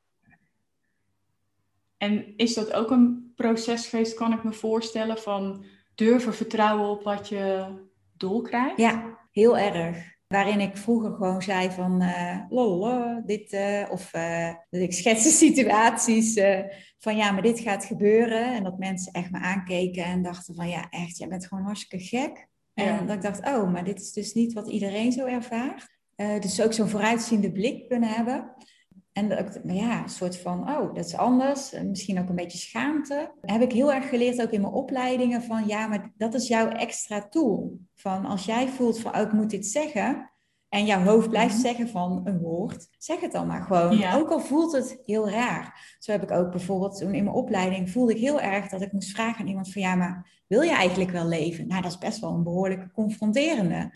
En is dat ook een proces geweest, kan ik me voorstellen, van durven vertrouwen op wat je doorkrijgt? Ja, heel erg. Waarin ik vroeger gewoon zei van, uh, lololo, dit, uh, of uh, dat ik schetste situaties uh, van ja, maar dit gaat gebeuren. En dat mensen echt me aankeken en dachten van ja, echt, jij bent gewoon hartstikke gek. Ja. En dat ik dacht, oh, maar dit is dus niet wat iedereen zo ervaart. Uh, dus ook zo'n vooruitziende blik kunnen hebben. En dat, ja, een soort van, oh, dat is anders. Misschien ook een beetje schaamte. Heb ik heel erg geleerd, ook in mijn opleidingen, van ja, maar dat is jouw extra tool. Van als jij voelt van, oh, ik moet dit zeggen. En jouw hoofd blijft mm-hmm. zeggen van een woord. Zeg het dan maar gewoon. Ja. Ook al voelt het heel raar. Zo heb ik ook bijvoorbeeld, toen in mijn opleiding voelde ik heel erg dat ik moest vragen aan iemand van, ja, maar wil je eigenlijk wel leven? Nou, dat is best wel een behoorlijke confronterende.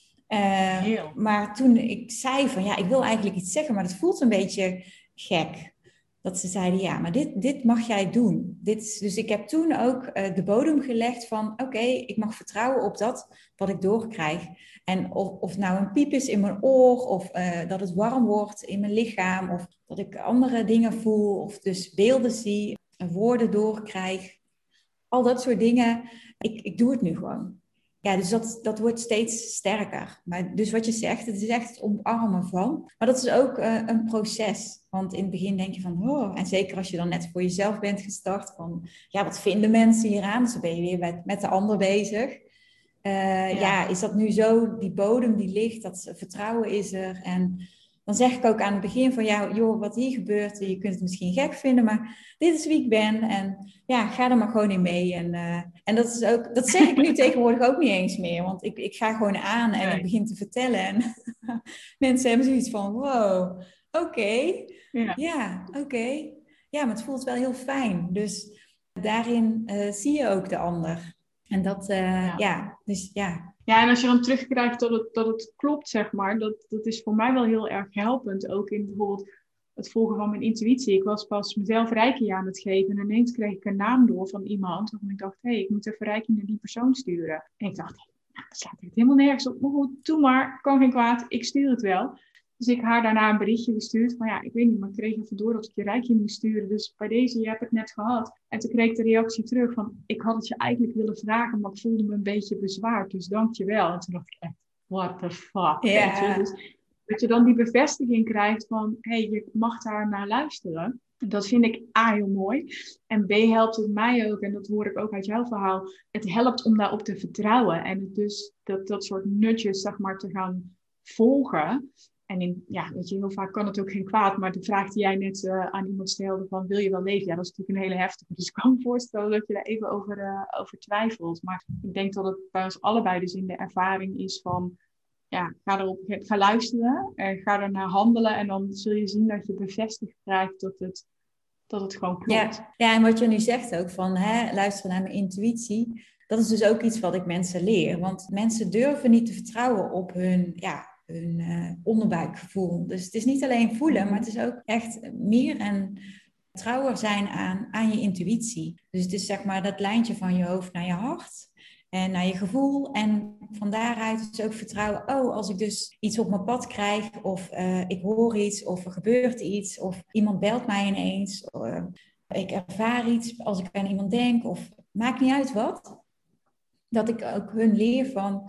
Uh, maar toen ik zei van, ja, ik wil eigenlijk iets zeggen, maar dat voelt een beetje gek. Dat ze zeiden, ja, maar dit, dit mag jij doen. Dit is, dus ik heb toen ook uh, de bodem gelegd van, oké, okay, ik mag vertrouwen op dat wat ik doorkrijg. En of, of nou een piep is in mijn oor, of uh, dat het warm wordt in mijn lichaam, of dat ik andere dingen voel, of dus beelden zie, woorden doorkrijg. Al dat soort dingen. Ik, ik doe het nu gewoon. Ja, dus dat, dat wordt steeds sterker. Maar dus wat je zegt, het is echt het omarmen van. Maar dat is ook uh, een proces. Want in het begin denk je van, oh, en zeker als je dan net voor jezelf bent gestart, van, ja, wat vinden mensen hieraan? Dus dan ben je weer met, met de ander bezig. Uh, ja. ja, is dat nu zo, die bodem die ligt, dat vertrouwen is er. En dan zeg ik ook aan het begin van, ja, joh, wat hier gebeurt, je kunt het misschien gek vinden, maar dit is wie ik ben. En ja, ga er maar gewoon in mee. En, uh, en dat, is ook, dat zeg ik nu tegenwoordig ook niet eens meer, want ik, ik ga gewoon aan en nee. ik begin te vertellen. En mensen hebben zoiets van, wow, oké, okay. ja, ja oké. Okay. Ja, maar het voelt wel heel fijn. Dus daarin uh, zie je ook de ander. En dat, uh, ja. ja, dus ja... Ja, en als je dan terugkrijgt dat het, dat het klopt, zeg maar, dat, dat is voor mij wel heel erg helpend. Ook in bijvoorbeeld het volgen van mijn intuïtie. Ik was pas mezelf reiki aan het geven en ineens kreeg ik een naam door van iemand waarvan ik dacht, hé, hey, ik moet even reiki naar die persoon sturen. En ik dacht, nou, dat slaat echt helemaal nergens op. Maar goed, doe maar, kan geen kwaad, ik stuur het wel. Dus ik haar daarna een berichtje gestuurd van ja, ik weet niet, maar ik kreeg even door dat ik je reiki moest sturen. Dus bij deze, je hebt het net gehad. En toen kreeg ik de reactie terug van, ik had het je eigenlijk willen vragen, maar ik voelde me een beetje bezwaard. Dus dank je wel. En toen dacht ik echt, what the fuck, yeah. weet je. Dus dat je dan die bevestiging krijgt van, hé, hey, je mag daar naar luisteren. Dat vind ik A, heel mooi. En B, helpt het mij ook, en dat hoor ik ook uit jouw verhaal, het helpt om daarop te vertrouwen. En dus dat, dat soort nudges, zeg maar, te gaan volgen. En in, ja, weet je, heel vaak kan het ook geen kwaad, maar de vraag die jij net uh, aan iemand stelde van, wil je wel leven? Ja, dat is natuurlijk een hele heftige. Dus ik kan me voorstellen dat je daar even over, uh, over twijfelt. Maar ik denk dat het bij ons allebei dus in de ervaring is van, ja, ga erop, ga luisteren, uh, ga er naar handelen en dan zul je zien dat je bevestigd krijgt dat het, dat het gewoon klopt. Ja, ja, en wat je nu zegt ook van, hè, luisteren naar mijn intuïtie, dat is dus ook iets wat ik mensen leer. Want mensen durven niet te vertrouwen op hun, ja, hun uh, onderbuikgevoel. Dus het is niet alleen voelen, maar het is ook echt meer en trouwer zijn aan, aan je intuïtie. Dus het is zeg maar dat lijntje van je hoofd naar je hart en naar je gevoel. En van daaruit is ook vertrouwen, oh, als ik dus iets op mijn pad krijg, of uh, ik hoor iets, of er gebeurt iets, of iemand belt mij ineens, uh, ik ervaar iets als ik aan iemand denk, of maakt niet uit wat, dat ik ook hun leer van,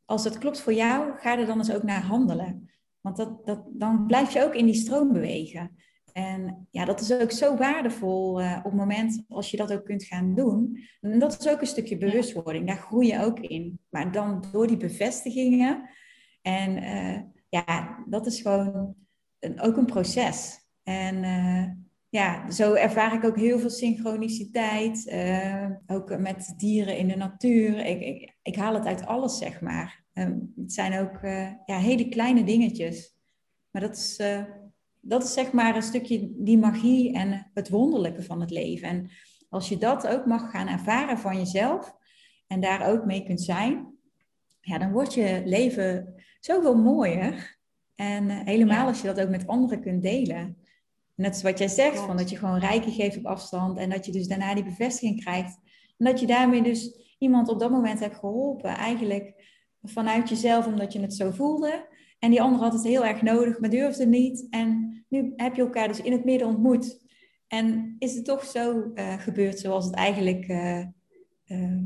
als het klopt voor jou, ga er dan eens ook naar handelen. Want dat, dat, dan blijf je ook in die stroom bewegen. En ja, dat is ook zo waardevol uh, op het moment als je dat ook kunt gaan doen. En dat is ook een stukje bewustwording. Daar groei je ook in. Maar dan door die bevestigingen. En uh, ja, dat is gewoon een, ook een proces. En uh, ja, zo ervaar ik ook heel veel synchroniciteit. Uh, ook met dieren in de natuur. Ik, ik, ik haal het uit alles, zeg maar. Um, het zijn ook uh, ja, hele kleine dingetjes. Maar dat is... Uh, Dat is zeg maar een stukje die magie en het wonderlijke van het leven. En als je dat ook mag gaan ervaren van jezelf en daar ook mee kunt zijn, ja, dan wordt je leven zoveel mooier. En uh, helemaal ja. als je dat ook met anderen kunt delen. Net als wat jij zegt, van dat je gewoon reiki geeft op afstand en dat je dus daarna die bevestiging krijgt. En dat je daarmee dus iemand op dat moment hebt geholpen, eigenlijk vanuit jezelf, omdat je het zo voelde. En die andere had het heel erg nodig, maar durfde niet. En nu heb je elkaar dus in het midden ontmoet. En is het toch zo uh, gebeurd zoals het eigenlijk uh, uh,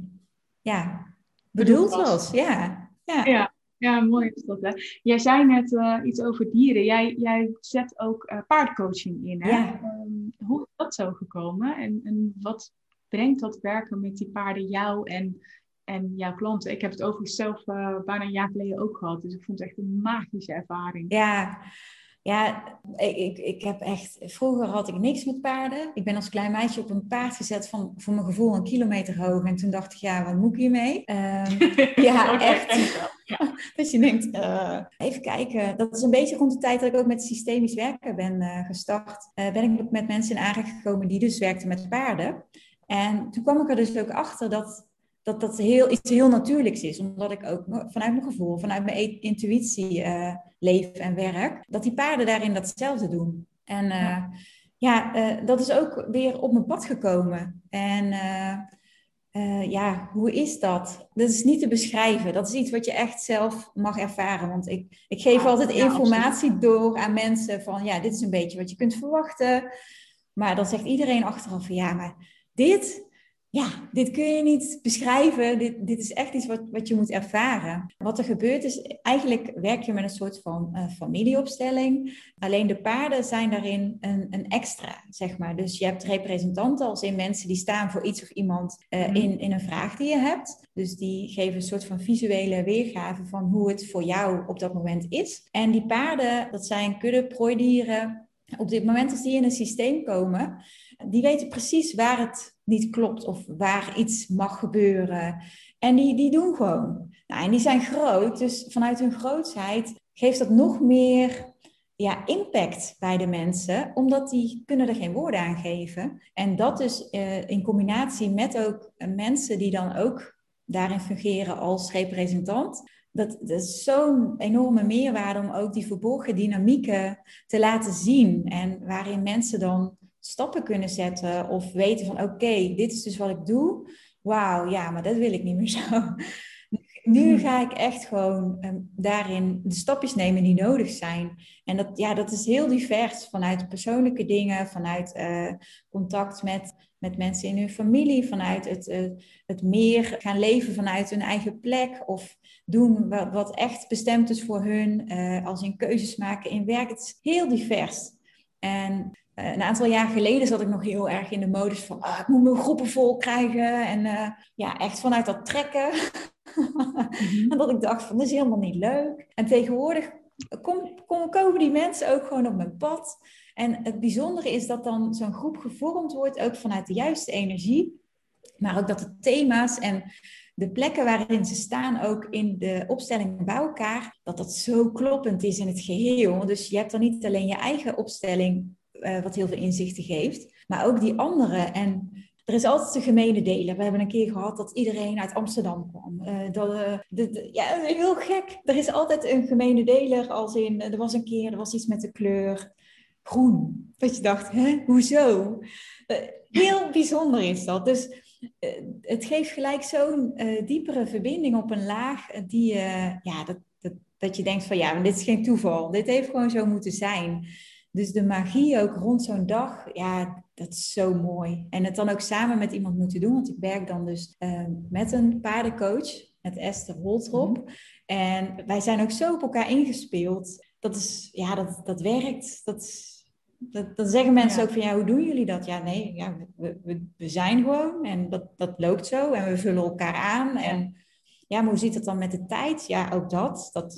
ja, bedoeld was. was. Ja, ja. ja. Ja, mooi is dat, hè? Jij zei net uh, iets over dieren. Jij, jij zet ook uh, paardencoaching in, hè? Ja. Um, hoe is dat zo gekomen? En, en wat brengt dat werken met die paarden jou en... En jouw klanten. Ik heb het overigens zelf uh, bijna een jaar geleden ook gehad. Dus ik vond het echt een magische ervaring. Ja, ja ik, ik, ik heb echt... Vroeger had ik niks met paarden. Ik ben als klein meisje op een paard gezet van voor mijn gevoel een kilometer hoog. En toen dacht ik, ja, wat moet ik hiermee? Um, ja, echt. Ja. Dus je denkt, uh, even kijken. Dat is een beetje rond de tijd dat ik ook met systemisch werken ben uh, gestart. Uh, ben ik met mensen in aanraking gekomen die dus werkten met paarden. En toen kwam ik er dus ook achter dat... dat dat heel, iets heel natuurlijks is. Omdat ik ook vanuit mijn gevoel, vanuit mijn intuïtie uh, leef en werk. Dat die paarden daarin datzelfde doen. En uh, ja, ja uh, dat is ook weer op mijn pad gekomen. En uh, uh, ja, hoe is dat? Dat is niet te beschrijven. Dat is iets wat je echt zelf mag ervaren. Want ik, ik geef ja, altijd ja, informatie absoluut. door aan mensen van... ja, dit is een beetje wat je kunt verwachten. Maar dan zegt iedereen achteraf van... ja, maar dit... Ja, dit kun je niet beschrijven. Dit, dit is echt iets wat, wat je moet ervaren. Wat er gebeurt is, eigenlijk werk je met een soort van uh, familieopstelling. Alleen de paarden zijn daarin een, een extra, zeg maar. Dus je hebt representanten als in mensen die staan voor iets of iemand uh, mm. in, in een vraag die je hebt. Dus die geven een soort van visuele weergave van hoe het voor jou op dat moment is. En die paarden, dat zijn kudde prooidieren. Op dit moment als die in een systeem komen, die weten precies waar het niet klopt of waar iets mag gebeuren. En die, die doen gewoon. Nou, en die zijn groot, dus vanuit hun grootsheid geeft dat nog meer ja, impact bij de mensen, omdat die kunnen er geen woorden aan geven. En dat dus uh, in combinatie met ook uh, mensen die dan ook daarin fungeren als representant. Dat, dat is zo'n enorme meerwaarde om ook die verborgen dynamieken te laten zien. En waarin mensen dan stappen kunnen zetten of weten van oké, okay, dit is dus wat ik doe. Wauw, ja, maar dat wil ik niet meer zo. Nu ga ik echt gewoon um, daarin de stapjes nemen die nodig zijn. En dat, ja, dat is heel divers. Vanuit persoonlijke dingen, vanuit uh, contact met, met mensen in hun familie, vanuit het, uh, het meer gaan leven vanuit hun eigen plek. Of doen wat, wat echt bestemd is voor hun. Uh, als in keuzes maken in werk. Het is heel divers. En uh, een aantal jaar geleden zat ik nog heel erg in de modus van... Oh, ik moet mijn groepen vol krijgen. En uh, ja, echt vanuit dat trekken... Mm-hmm. En dat ik dacht van, dat is helemaal niet leuk. En tegenwoordig kom, kom, komen die mensen ook gewoon op mijn pad. En het bijzondere is dat dan zo'n groep gevormd wordt, ook vanuit de juiste energie. Maar ook dat de thema's en de plekken waarin ze staan, ook in de opstelling bij elkaar, dat dat zo kloppend is in het geheel. Dus je hebt dan niet alleen je eigen opstelling, uh, wat heel veel inzichten geeft, maar ook die andere. En er is altijd een gemene deler. We hebben een keer gehad dat iedereen uit Amsterdam kwam. Uh, dat, uh, de, de, ja, heel gek. Er is altijd een gemene deler als in... Uh, er was een keer, er was iets met de kleur groen. Dat je dacht, hè, hoezo? Uh, heel bijzonder is dat. Dus uh, het geeft gelijk zo'n uh, diepere verbinding op een laag die... Uh, ja, dat, dat, dat je denkt van ja, maar dit is geen toeval. Dit heeft gewoon zo moeten zijn. Dus de magie ook rond zo'n dag, ja, dat is zo mooi. En het dan ook samen met iemand moeten doen. Want ik werk dan dus uh, met een paardencoach, met Esther Holtrop. Mm-hmm. En wij zijn ook zo op elkaar ingespeeld. Dat is, ja, dat, dat werkt. Dat is, dat, dan zeggen mensen Ja. ook van, ja, hoe doen jullie dat? Ja, nee, ja, we, we, we zijn gewoon en dat, dat loopt zo en we vullen elkaar aan. Ja. En ja, maar hoe zit het dan met de tijd? Ja, ook dat. Dat,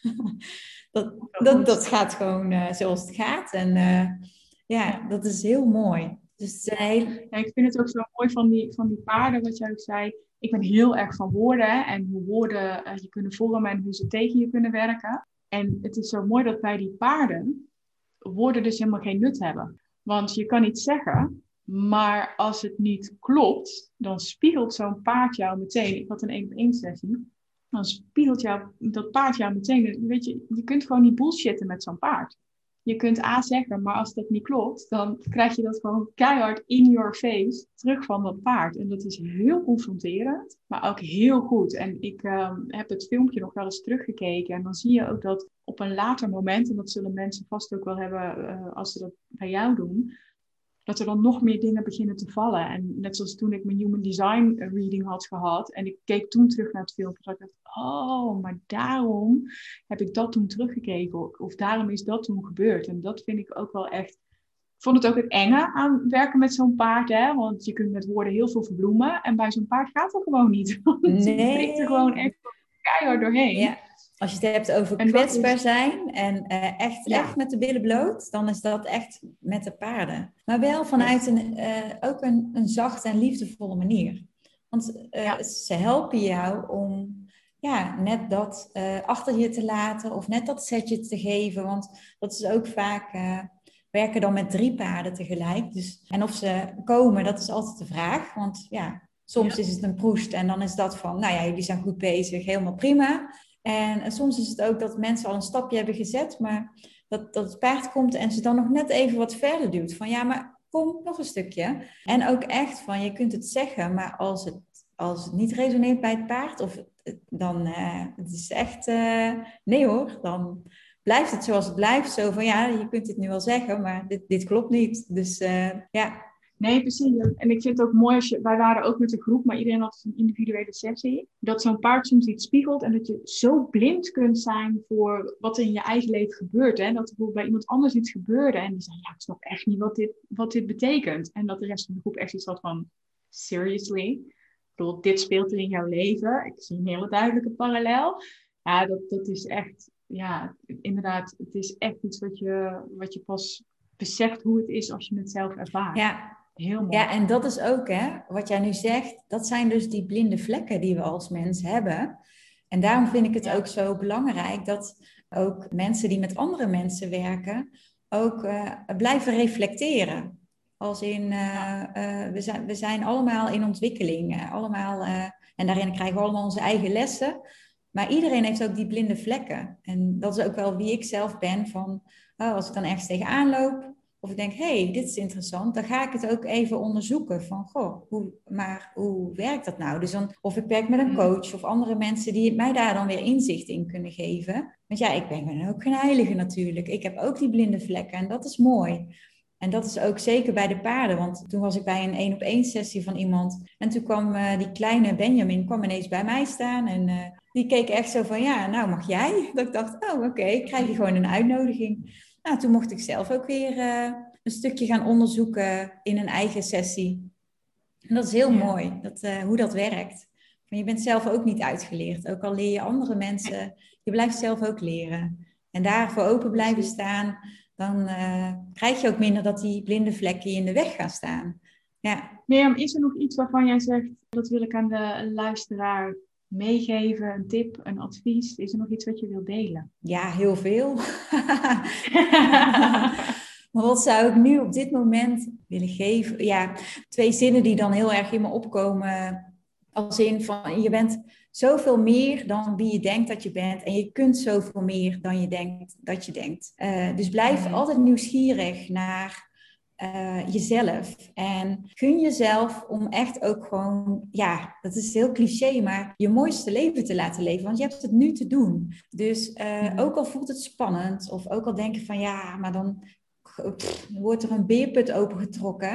dat, Dat dat, moet. dat gaat gewoon uh, zoals het gaat. En uh, ja, Ja. dat is heel mooi. Dus het is een heel... Ja, ik vind het ook zo mooi van die, van die paarden, wat jij ook zei. Ik ben heel erg van woorden en hoe woorden uh, je kunnen vormen en hoe ze tegen je kunnen werken. En het is zo mooi dat bij die paarden woorden dus helemaal geen nut hebben. Want je kan iets zeggen, maar als het niet klopt, dan spiegelt zo'n paard jou meteen. Ik had een één op één sessie. Dan spiegelt jou, dat paard jou meteen. Weet je, je kunt gewoon niet bullshitten met zo'n paard. Je kunt A zeggen, maar als dat niet klopt, dan krijg je dat gewoon keihard in your face terug van dat paard. En dat is heel confronterend, maar ook heel goed. En ik uh, heb het filmpje nog wel eens teruggekeken en dan zie je ook dat op een later moment, en dat zullen mensen vast ook wel hebben uh, als ze dat bij jou doen, dat er dan nog meer dingen beginnen te vallen. En net zoals toen ik mijn Human Design reading had gehad. En ik keek toen terug naar het filmpje. Dat ik dacht, oh, maar daarom heb ik dat toen teruggekeken. Of daarom is dat toen gebeurd. En dat vind ik ook wel echt... Ik vond het ook het enge aan werken met zo'n paard. Hè? Want je kunt met woorden heel veel verbloemen. En bij zo'n paard gaat dat gewoon niet. Want nee. het prikt er gewoon echt keihard doorheen. Ja. Als je het hebt over en kwetsbaar is... zijn en uh, echt, ja. echt met de billen bloot, dan is dat echt met de paarden. Maar wel vanuit een, uh, ook een, een zachte en liefdevolle manier. Want uh, ja. ze helpen jou om ja, net dat uh, achter je te laten of net dat setje te geven. Want dat is ook vaak... Uh, werken dan met drie paarden tegelijk. Dus, en of ze komen, dat is altijd de vraag. Want ja, soms ja. is het een proest en dan is dat van... nou ja, jullie zijn goed bezig, helemaal prima... En, en soms is het ook dat mensen al een stapje hebben gezet, maar dat, dat het paard komt en ze dan nog net even wat verder duwt. Van ja, maar kom, nog een stukje. En ook echt van, je kunt het zeggen, maar als het, als het niet resoneert bij het paard, of het, dan uh, het is echt, uh, nee hoor, dan blijft het zoals het blijft. Zo van ja, je kunt dit nu wel zeggen, maar dit, dit klopt niet. Dus uh, ja... Nee, precies. En ik vind het ook mooi als je... Wij waren ook met een groep, maar iedereen had een individuele sessie. Dat zo'n paard soms iets spiegelt en dat je zo blind kunt zijn voor wat er in je eigen leven gebeurt. Hè? Dat er bijvoorbeeld bij iemand anders iets gebeurde en die zei, ja, ik snap echt niet wat dit, wat dit betekent. En dat de rest van de groep echt iets had van, seriously? Ik bedoel, dit speelt er in jouw leven. Ik zie een hele duidelijke parallel. Ja, dat, dat is echt, ja, inderdaad, het is echt iets wat je, wat je pas beseft hoe het is als je het zelf ervaart. Ja. Heel mooi. Ja, en dat is ook, hè, wat jij nu zegt, dat zijn dus die blinde vlekken die we als mens hebben. En daarom vind ik het ja. ook zo belangrijk dat ook mensen die met andere mensen werken, ook uh, blijven reflecteren. Als in, uh, uh, we, zijn, we zijn allemaal in ontwikkeling, uh, allemaal, uh, en daarin krijgen we allemaal onze eigen lessen. Maar iedereen heeft ook die blinde vlekken. En dat is ook wel wie ik zelf ben, van oh, als ik dan ergens tegenaan loop, of ik denk, hé, hey, dit is interessant, dan ga ik het ook even onderzoeken. Van, goh, hoe, maar hoe werkt dat nou? Dus dan, of ik werk met een coach of andere mensen die mij daar dan weer inzicht in kunnen geven. Want ja, ik ben ook geen heilige natuurlijk. Ik heb ook die blinde vlekken en dat is mooi. En dat is ook zeker bij de paarden. Want toen was ik bij een één op één sessie van iemand. En toen kwam uh, die kleine Benjamin kwam ineens bij mij staan. En uh, die keek echt zo van, ja, nou mag jij? Dat ik dacht, oh oké, okay, ik krijg je gewoon een uitnodiging. Nou, toen mocht ik zelf ook weer uh, een stukje gaan onderzoeken in een eigen sessie. En dat is heel ja. mooi, dat, uh, hoe dat werkt. Want je bent zelf ook niet uitgeleerd. Ook al leer je andere mensen, je blijft zelf ook leren. En daarvoor open blijven staan, dan uh, krijg je ook minder dat die blinde vlekken je in de weg gaan staan. Ja. Mirjam, is er nog iets waarvan jij zegt, dat wil ik aan de luisteraar meegeven, een tip, een advies? Is er nog iets wat je wilt delen? Ja, heel veel. Maar wat zou ik nu op dit moment willen geven? Ja, twee zinnen die dan heel erg in me opkomen. Als in van, je bent zoveel meer dan wie je denkt dat je bent. En je kunt zoveel meer dan je denkt dat je denkt. Uh, dus blijf mm-hmm. altijd nieuwsgierig naar Uh, jezelf. En gun jezelf om echt ook gewoon, ja, dat is heel cliché, maar je mooiste leven te laten leven. Want je hebt het nu te doen. Dus uh, mm-hmm. ook al voelt het spannend, of ook al denk je van ja, maar dan pff, wordt er een beerput opengetrokken.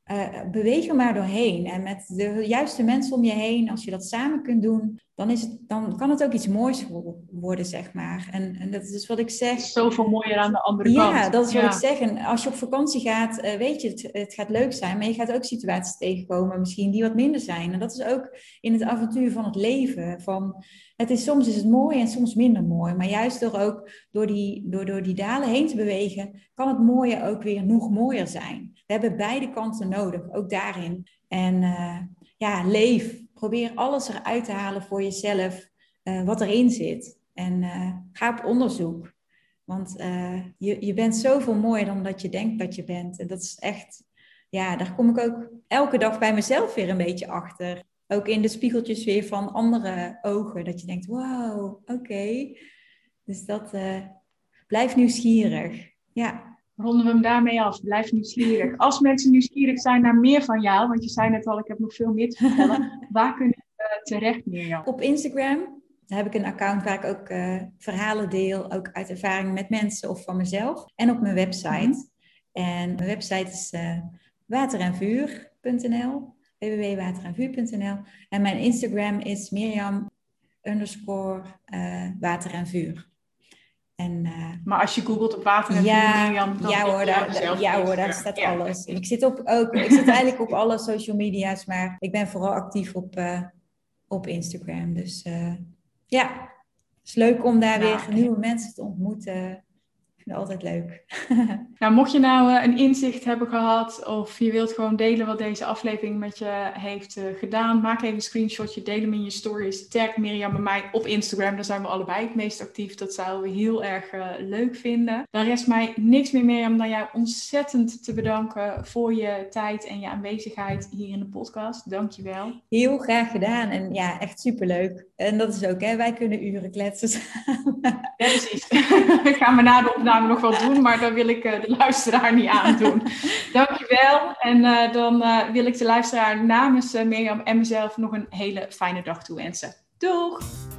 uh, beweeg er maar doorheen. En met de juiste mensen om je heen, als je dat samen kunt doen, dan, is het, dan kan het ook iets moois worden, zeg maar. En, en dat is dus wat ik zeg. Zoveel mooier aan de andere ja, kant. Ja, dat is wat ja. ik zeg. En als je op vakantie gaat, uh, weet je, het, het gaat leuk zijn. Maar je gaat ook situaties tegenkomen misschien die wat minder zijn. En dat is ook in het avontuur van het leven. Van, het is, soms is het mooi en soms minder mooi. Maar juist door ook door die, door, door die dalen heen te bewegen, kan het mooie ook weer nog mooier zijn. We hebben beide kanten nodig, ook daarin. En uh, ja, leef. Probeer alles eruit te halen voor jezelf, uh, wat erin zit. En uh, ga op onderzoek. Want uh, je, je bent zoveel mooier dan dat je denkt dat je bent. En dat is echt, ja, daar kom ik ook elke dag bij mezelf weer een beetje achter. Ook in de spiegeltjes weer van andere ogen. Dat je denkt, wow, oké. Okay. Dus dat, uh, blijf nieuwsgierig. Ja. Ronden we hem daarmee af. Blijf nieuwsgierig. Als mensen nieuwsgierig zijn naar meer van jou, want je zei net al, ik heb nog veel meer te vertellen. Waar kunnen ze uh, terecht, Mirjam? Op Instagram. Daar heb ik een account waar ik ook uh, verhalen deel, ook uit ervaring met mensen of van mezelf. En op mijn website. Mm-hmm. En mijn website is uh, water en vuur punt n l, w w w punt water en vuur punt n l. En mijn Instagram is Mirjam underscore uh, water en vuur. En, uh, maar als je googelt op water en ja, vuur, Mirjam, dan ja hoor, daar, daar, ja hoor, daar staat ja. alles. Ik zit, op, ook, ik zit eigenlijk op alle social media's, maar ik ben vooral actief op, uh, op Instagram. Dus uh, ja, het is leuk om daar nou, weer nieuwe mensen te ontmoeten. Ik vind het altijd leuk. Nou, mocht je nou uh, een inzicht hebben gehad of je wilt gewoon delen wat deze aflevering met je heeft uh, gedaan, maak even een screenshotje, deel hem in je stories, tag Mirjam en mij op Instagram. Daar zijn we allebei het meest actief. Dat zouden we heel erg uh, leuk vinden. Dan rest mij niks meer, Mirjam, dan jou ontzettend te bedanken voor je tijd en je aanwezigheid hier in de podcast. Dank je wel. Heel graag gedaan en ja, echt superleuk. En dat is ook, hè, wij kunnen uren kletsen samen. Ja, precies. Dat gaan we na de opname nog wel doen, maar daar wil ik uh, de luisteraar niet aan doen. Dankjewel. En uh, dan uh, wil ik de luisteraar namens uh, Mirjam en mezelf nog een hele fijne dag toewensen. Doeg!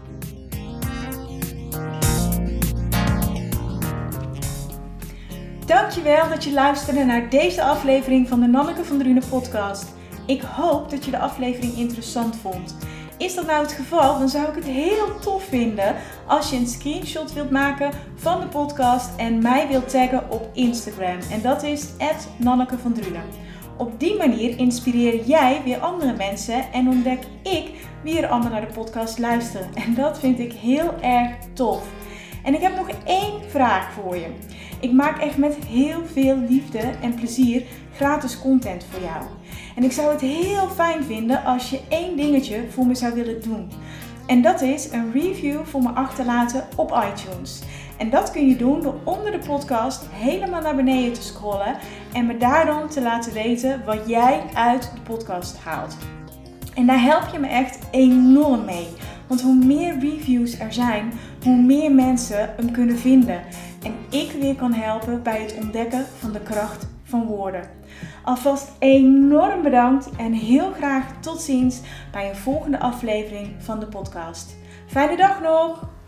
Dankjewel dat je luisterde naar deze aflevering van de Nanneke van Drunen podcast. Ik hoop dat je de aflevering interessant vond. Is dat nou het geval, dan zou ik het heel tof vinden als je een screenshot wilt maken van de podcast en mij wilt taggen op Instagram. En dat is at Nanneke van Drunen. Op die manier inspireer jij weer andere mensen en ontdek ik wie er allemaal naar de podcast luisteren. En dat vind ik heel erg tof. En ik heb nog één vraag voor je. Ik maak echt met heel veel liefde en plezier gratis content voor jou. En ik zou het heel fijn vinden als je één dingetje voor me zou willen doen. En dat is een review voor me achterlaten op iTunes. En dat kun je doen door onder de podcast helemaal naar beneden te scrollen en me daar dan te laten weten wat jij uit de podcast haalt. En daar help je me echt enorm mee. Want hoe meer reviews er zijn, hoe meer mensen hem kunnen vinden. En ik weer kan helpen bij het ontdekken van de kracht van woorden. Alvast enorm bedankt en heel graag tot ziens bij een volgende aflevering van de podcast. Fijne dag nog!